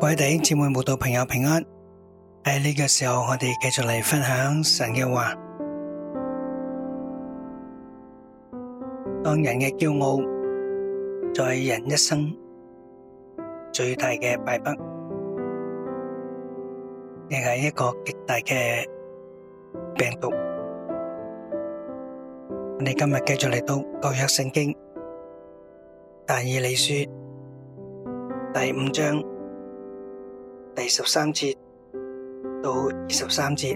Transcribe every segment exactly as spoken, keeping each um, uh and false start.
各位弟兄姊妹、慕道朋友平安。喺呢個時候，我哋繼續嚟分享神嘅話。當人嘅驕傲在人一生最大嘅敗筆，亦係一個極大嘅病毒。我哋今日繼續嚟到舊約聖經但以理書第五章第十三節到二十三節。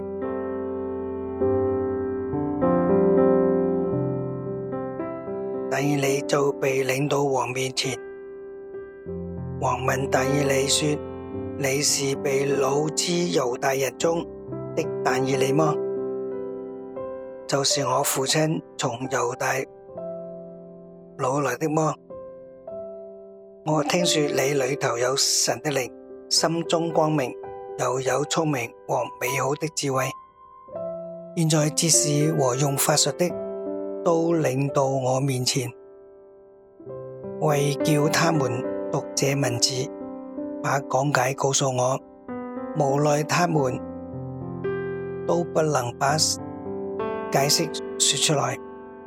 但以理就被領到王面前，王問但以理說：你是被擄之猶大人中的但以理麼？就是我父親從猶大擄來的麼？我聽說你裏頭有神的靈，心中光明，又有聰明和美好的智慧。現在哲士和用法術的都領到我面前，為叫他們讀這文字，把講解告訴我，無奈他們都不能把解釋說出來。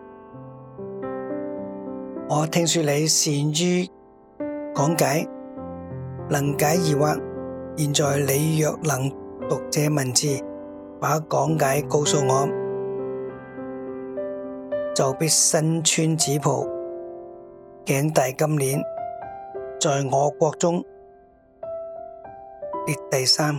我聽說你善於講解，能解疑惑。現在你若能讀這文字，把講解告訴我，就必身穿紫袍，頸戴金鏈，在我國中列第三。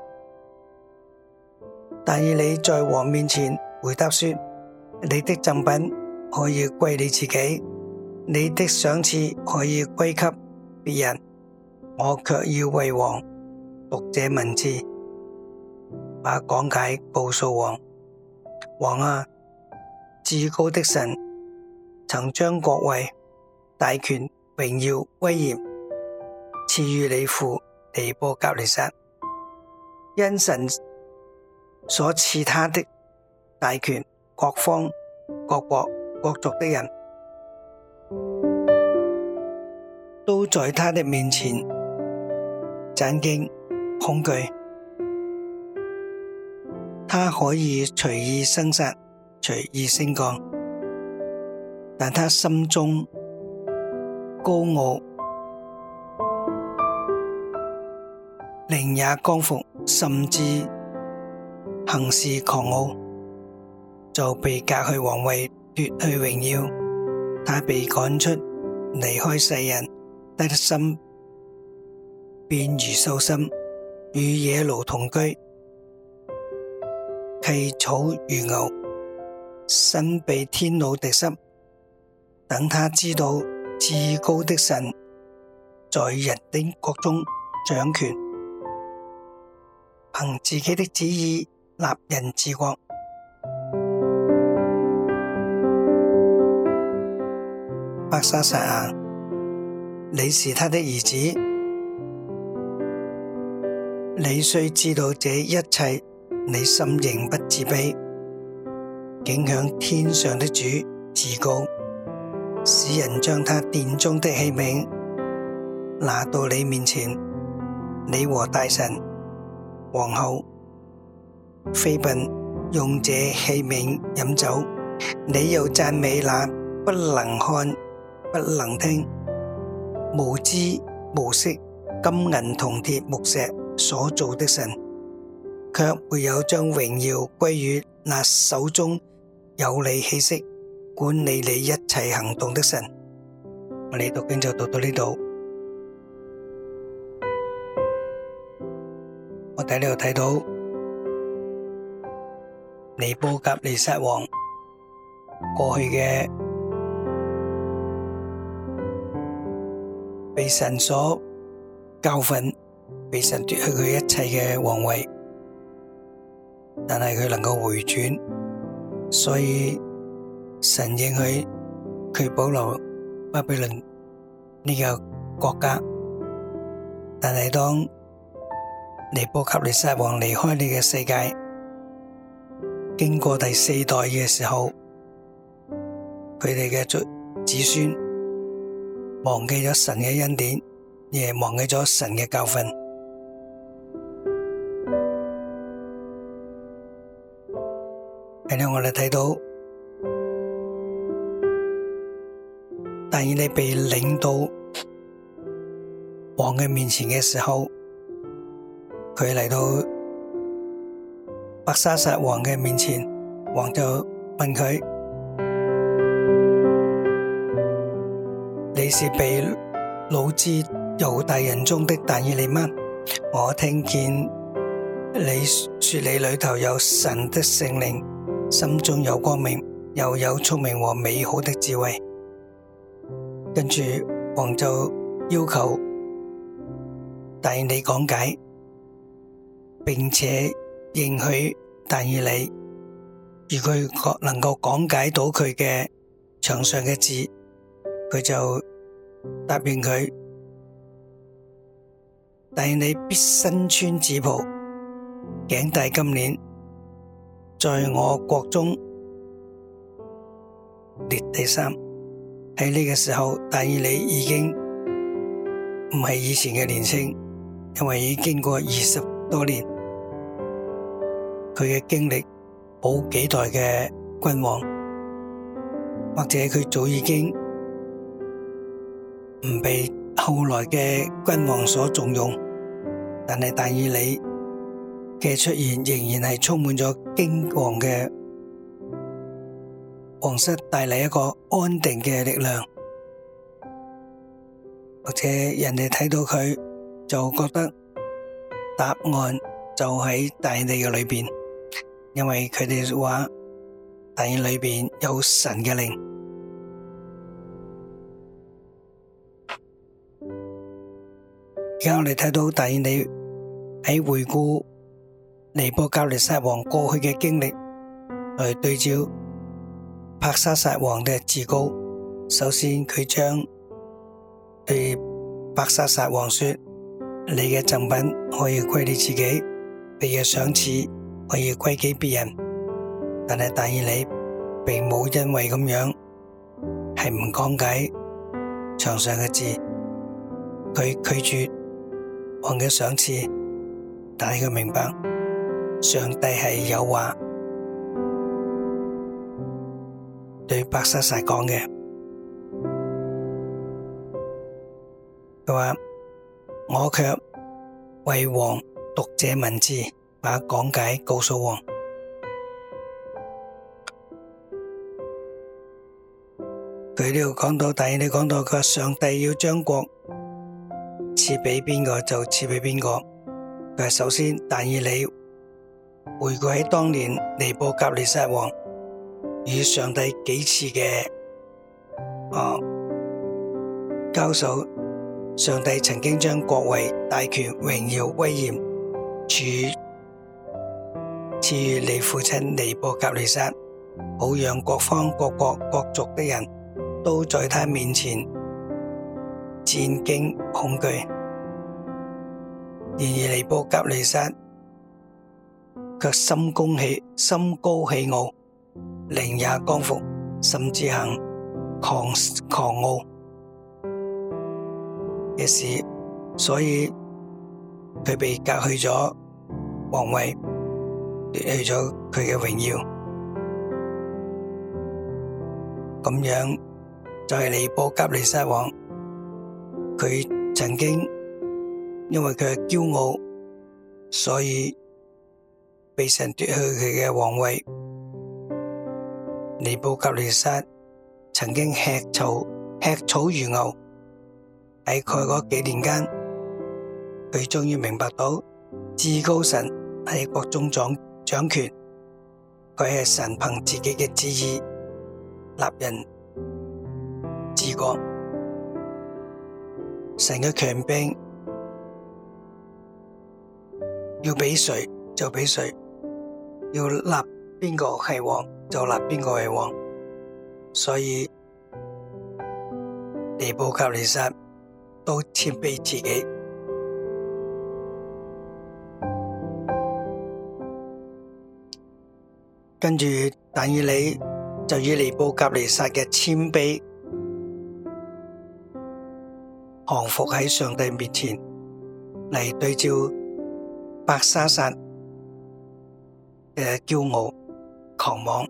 但以理在王面前回答說：你的贈品可以歸你自己，你的賞賜可以歸給別人，我卻要為王讀這文字，把講解告訴王。王啊，至高的神曾將國位、大權、榮耀、威嚴賜予你父尼布甲尼撒，因神所賜他的大權，各方、各國、各族的人都在他的面前戰驚恐懼。他可以隨意生殺，隨意升降，但他心中高傲，靈也剛愎，甚至行事狂傲，就被革去王位，奪去榮耀。他被趕出，離開世人，得的心變如獸心，與野驢同居，憩草如牛，身被天露滴濕。等他知道至高的神在人的國中掌權，憑自己的旨意立人治國。伯沙撒啊，你是他的兒子，你雖知道這一切，你心仍不自卑，竟向天上的主自高，使人將他殿中的器皿拿到你面前，你和大臣、皇后、妃嬪用這器皿飲酒，你又讚美那不能看、不能聽、無知無識、金銀銅鐵木石所造的神，卻沒有將榮耀歸於那手中有你氣息、管理你一切行動的神。我哋讀經就讀到呢度。我喺呢度睇到尼布甲尼撒王過去嘅被神所教訓，被神奪去佢一切嘅皇位，但係佢能夠回轉，所以神應許佢保留巴比倫呢個國家。但係當尼布甲尼撒王離開呢個世界，經過第四代嘅時候，佢哋嘅子孫忘記咗神嘅恩典，亦忘記咗神嘅教訓， 係咧，我哋睇到但以理被領到王嘅面前嘅時候，佢嚟到伯沙撒王嘅面前，王就問佢：你是被擄之猶大人中的但以理嗎？我聽見你說你裏頭有神的聖靈，心中有光明，又有聰明和美好的智慧。跟住王就要求但以理講解，並且應許但以理，如佢能夠講解到佢嘅牆上嘅字，佢就答應佢。但以理必身穿紫袍，頸戴金鏈，在我國中列第三。喺呢個時候，但以理已經唔係以前嘅年輕，因為已經過二十多年，佢嘅經歷好幾代嘅君王，或者佢早已經唔被後來嘅君王所重用，但係但以理嘅出現仍然係充滿咗驚惶嘅皇室，帶嚟一個安定嘅力量，或者人哋睇到佢就覺得答案就喺但以理嘅裏邊，因為佢哋話但以理裏邊有神嘅靈。而家我哋睇到但以理喺回顧尼布甲尼撒王過去嘅經歷，嚟對照伯沙撒王嘅自高。首先佢將對伯沙撒王說：你嘅贈品可以歸你自己，你嘅賞賜可以歸給別人。但係但以理並冇因為咁樣係唔講解牆上嘅字，佢拒絕王嘅賞賜，但係佢明白上帝係有話對伯沙撒講嘅。佢話：我卻為王讀這文字，把講解告訴王。佢呢度講到，但係你講到佢話上帝要將國賜俾邊個就賜俾邊個。佢話首先但以理回顧喺當年尼布甲尼撒王與上帝幾次嘅啊交手，上帝曾經將國位、大權、榮耀、威嚴賜賜予你父親尼布甲尼撒，好讓各方各國各族的人都在他面前戰驚恐懼。然而尼布甲尼撒卻心高氣心高氣傲，靈也剛愎，甚至行狂狂傲嘅事，所以佢被革去咗皇位，奪去咗佢嘅榮耀。咁樣就係尼布甲尼撒王，佢曾經因為佢係驕傲，所以被神奪去佢嘅皇位。尼布甲尼撒曾經吃草吃草如牛，喺佢嗰幾年間，佢終於明白到至高神喺國中掌掌權，佢係神憑自己嘅旨意立人治國，神嘅權柄要俾誰就俾誰，要立邊個係王就立邊個係王，所以尼布甲尼撒都謙卑自己。跟住但以理就以尼布甲尼撒嘅謙卑降服喺上帝面前嚟對照伯沙撒嘅驕傲狂妄。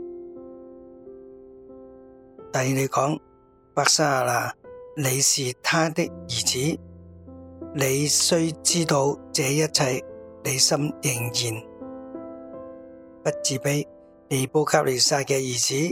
但以理講，伯沙拿，你是他的兒子，你雖知道這一切，你心仍然不自卑。尼布甲尼撒嘅兒子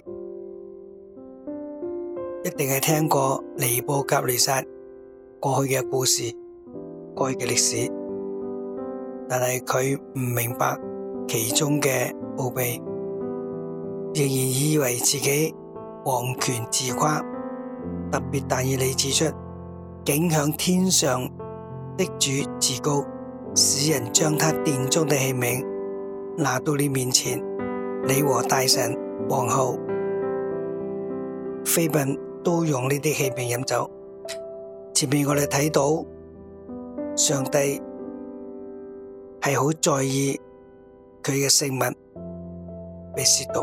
一定係聽過尼布甲尼撒過去嘅故事，過去嘅歷史，但係佢唔明白其中嘅奧秘，仍然以為自己王權自誇。特別但以理指出，竟向天上的主自高，使人將他殿中的器皿拿到你面前，你和大臣、皇后、妃嬪都用呢啲器皿飲酒。前面我哋睇到上帝係好在意佢嘅聖物被褻瀆。